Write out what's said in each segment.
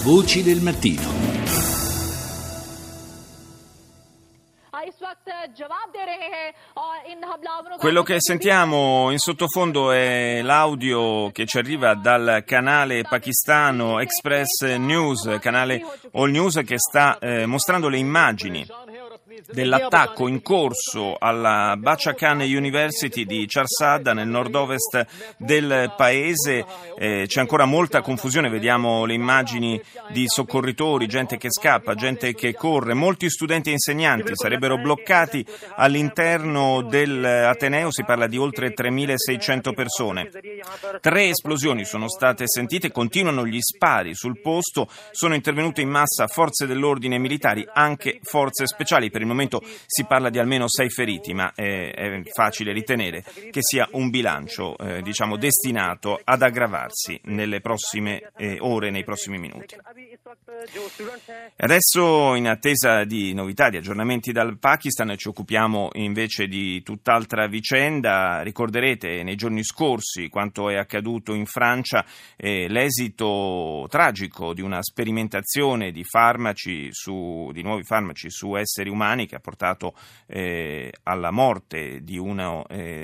Voci del mattino. Quello che sentiamo in sottofondo è l'audio che ci arriva dal canale pakistano Express News, canale All News, che sta mostrando le immagini dell'attacco in corso alla Bachakhan University di Charsadda nel nord-ovest del paese. C'è ancora molta confusione, vediamo le immagini di soccorritori, gente che scappa, gente che corre, molti studenti e insegnanti sarebbero bloccati all'interno dell'Ateneo, si parla di oltre 3.600 persone. 3 esplosioni sono state sentite, continuano gli spari sul posto, sono intervenute in massa forze dell'ordine e militari, anche forze speciali. Per il momento si parla di almeno 6 feriti, ma è facile ritenere che sia un bilancio destinato ad aggravarsi nelle prossime ore, nei prossimi minuti. Adesso, in attesa di novità, di aggiornamenti dal Pakistan, ci occupiamo invece di tutt'altra vicenda. Ricorderete nei giorni scorsi quanto è accaduto in Francia, l'esito tragico di una sperimentazione di nuovi farmaci su esseri umani che ha portato alla morte di una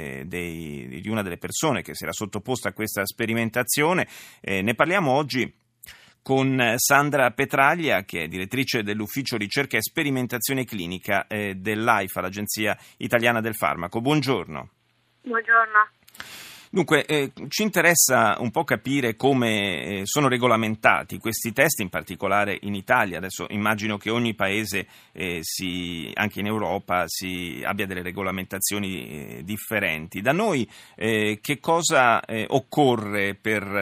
delle persone che si era sottoposta a questa sperimentazione. Ne parliamo oggi con Sandra Petraglia, che è direttrice dell'Ufficio Ricerca e Sperimentazione Clinica dell'AIFA, l'Agenzia Italiana del Farmaco. Buongiorno. Buongiorno. Dunque, ci interessa un po' capire come sono regolamentati questi test, in particolare in Italia. Adesso immagino che ogni paese, anche in Europa, abbia delle regolamentazioni differenti. Da noi che cosa occorre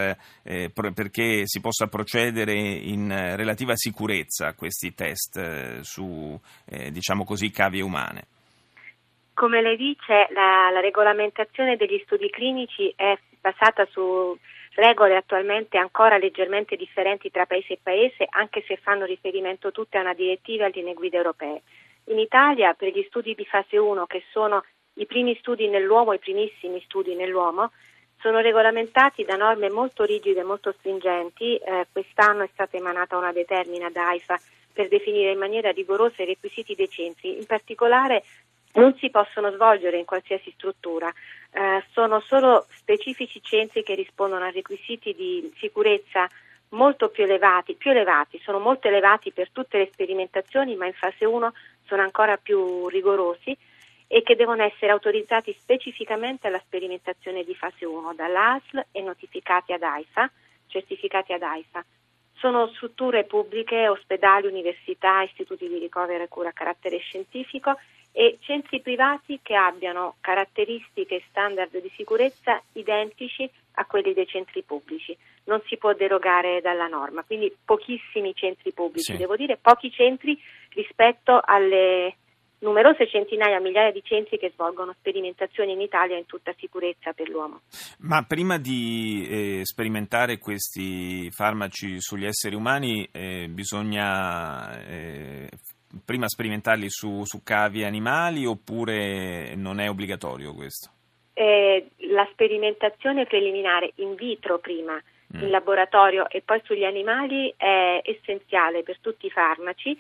perché si possa procedere in relativa sicurezza a questi test su, cavie umane? Come lei dice, la regolamentazione degli studi clinici è basata su regole attualmente ancora leggermente differenti tra paese e paese, anche se fanno riferimento tutte a una direttiva e a linee guida europee. In Italia, per gli studi di fase 1, che sono i primi studi nell'uomo, i primissimi studi nell'uomo, sono regolamentati da norme molto rigide e molto stringenti. Quest'anno è stata emanata una determina da AIFA per definire in maniera rigorosa i requisiti dei centri. In particolare non si possono svolgere in qualsiasi struttura, sono solo specifici centri che rispondono a requisiti di sicurezza molto più elevati, sono molto elevati per tutte le sperimentazioni, ma in fase 1 sono ancora più rigorosi e che devono essere autorizzati specificamente alla sperimentazione di fase 1 dall'ASL e notificati ad AIFA, certificati ad AIFA. Sono strutture pubbliche, ospedali, università, istituti di ricovero e cura a carattere scientifico e centri privati che abbiano caratteristiche e standard di sicurezza identici a quelli dei centri pubblici. Non si può derogare dalla norma, quindi pochissimi centri pubblici, devo dire pochi centri rispetto alle numerose centinaia, migliaia di centri che svolgono sperimentazioni in Italia in tutta sicurezza per l'uomo. Ma prima di sperimentare questi farmaci sugli esseri umani bisogna prima sperimentarli su cavie animali oppure non è obbligatorio questo? La sperimentazione preliminare in vitro prima, in laboratorio e poi sugli animali è essenziale per tutti i farmaci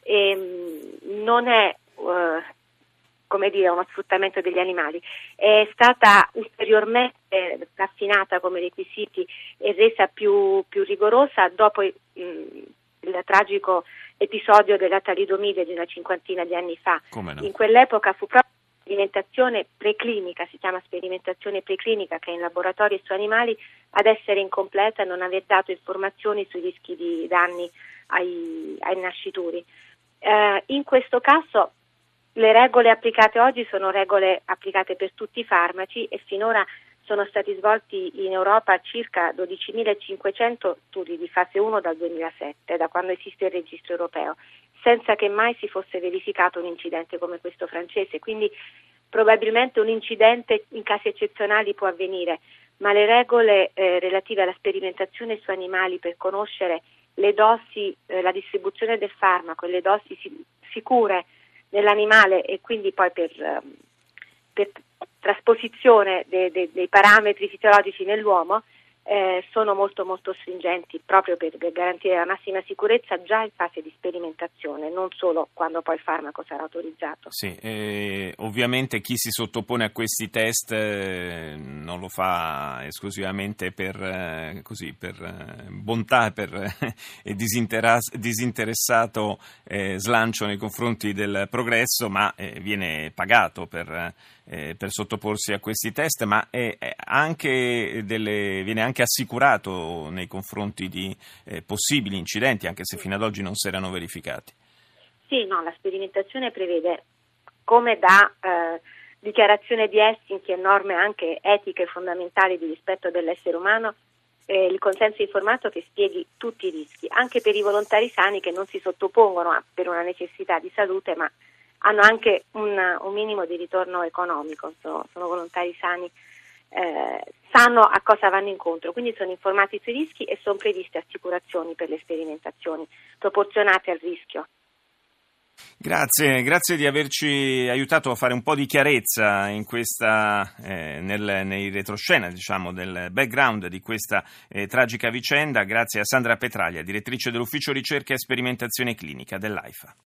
e non è uno sfruttamento degli animali. È stata ulteriormente raffinata come requisiti e resa più rigorosa dopo il tragico episodio della talidomide di una cinquantina di anni fa. Come no? In quell'epoca fu proprio la sperimentazione preclinica, si chiama sperimentazione preclinica, che è in laboratorio e su animali, ad essere incompleta e non aver dato informazioni sui rischi di danni ai nascituri. In questo caso le regole applicate oggi sono regole applicate per tutti i farmaci e finora sono stati svolti in Europa circa 12.500 studi di fase 1 dal 2007, da quando esiste il registro europeo, senza che mai si fosse verificato un incidente come questo francese. Quindi probabilmente un incidente in casi eccezionali può avvenire, ma le regole relative alla sperimentazione su animali per conoscere le dosi, la distribuzione del farmaco e le dosi sicure nell'animale e quindi poi per trasposizione dei parametri fisiologici nell'uomo sono molto molto stringenti proprio per garantire la massima sicurezza già in fase di sperimentazione, non solo quando poi il farmaco sarà autorizzato. Sì, ovviamente chi si sottopone a questi test non lo fa esclusivamente per bontà e disinteressato slancio nei confronti del progresso, ma viene pagato per sottoporsi a questi test, ma viene anche assicurato nei confronti di possibili incidenti, anche se fino ad oggi non si erano verificati. Sì, no, la sperimentazione prevede, come da dichiarazione di Helsinki e norme anche etiche fondamentali di rispetto dell'essere umano, il consenso informato che spieghi tutti i rischi, anche per i volontari sani che non si sottopongono per una necessità di salute, ma hanno anche un minimo di ritorno economico, sono volontari sani, sanno a cosa vanno incontro, quindi sono informati sui rischi e sono previste assicurazioni per le sperimentazioni proporzionate al rischio. Grazie di averci aiutato a fare un po' di chiarezza in questa nei retroscena, diciamo, del background di questa tragica vicenda. Grazie a Sandra Petraglia, direttrice dell'Ufficio Ricerca e Sperimentazione Clinica dell'AIFA.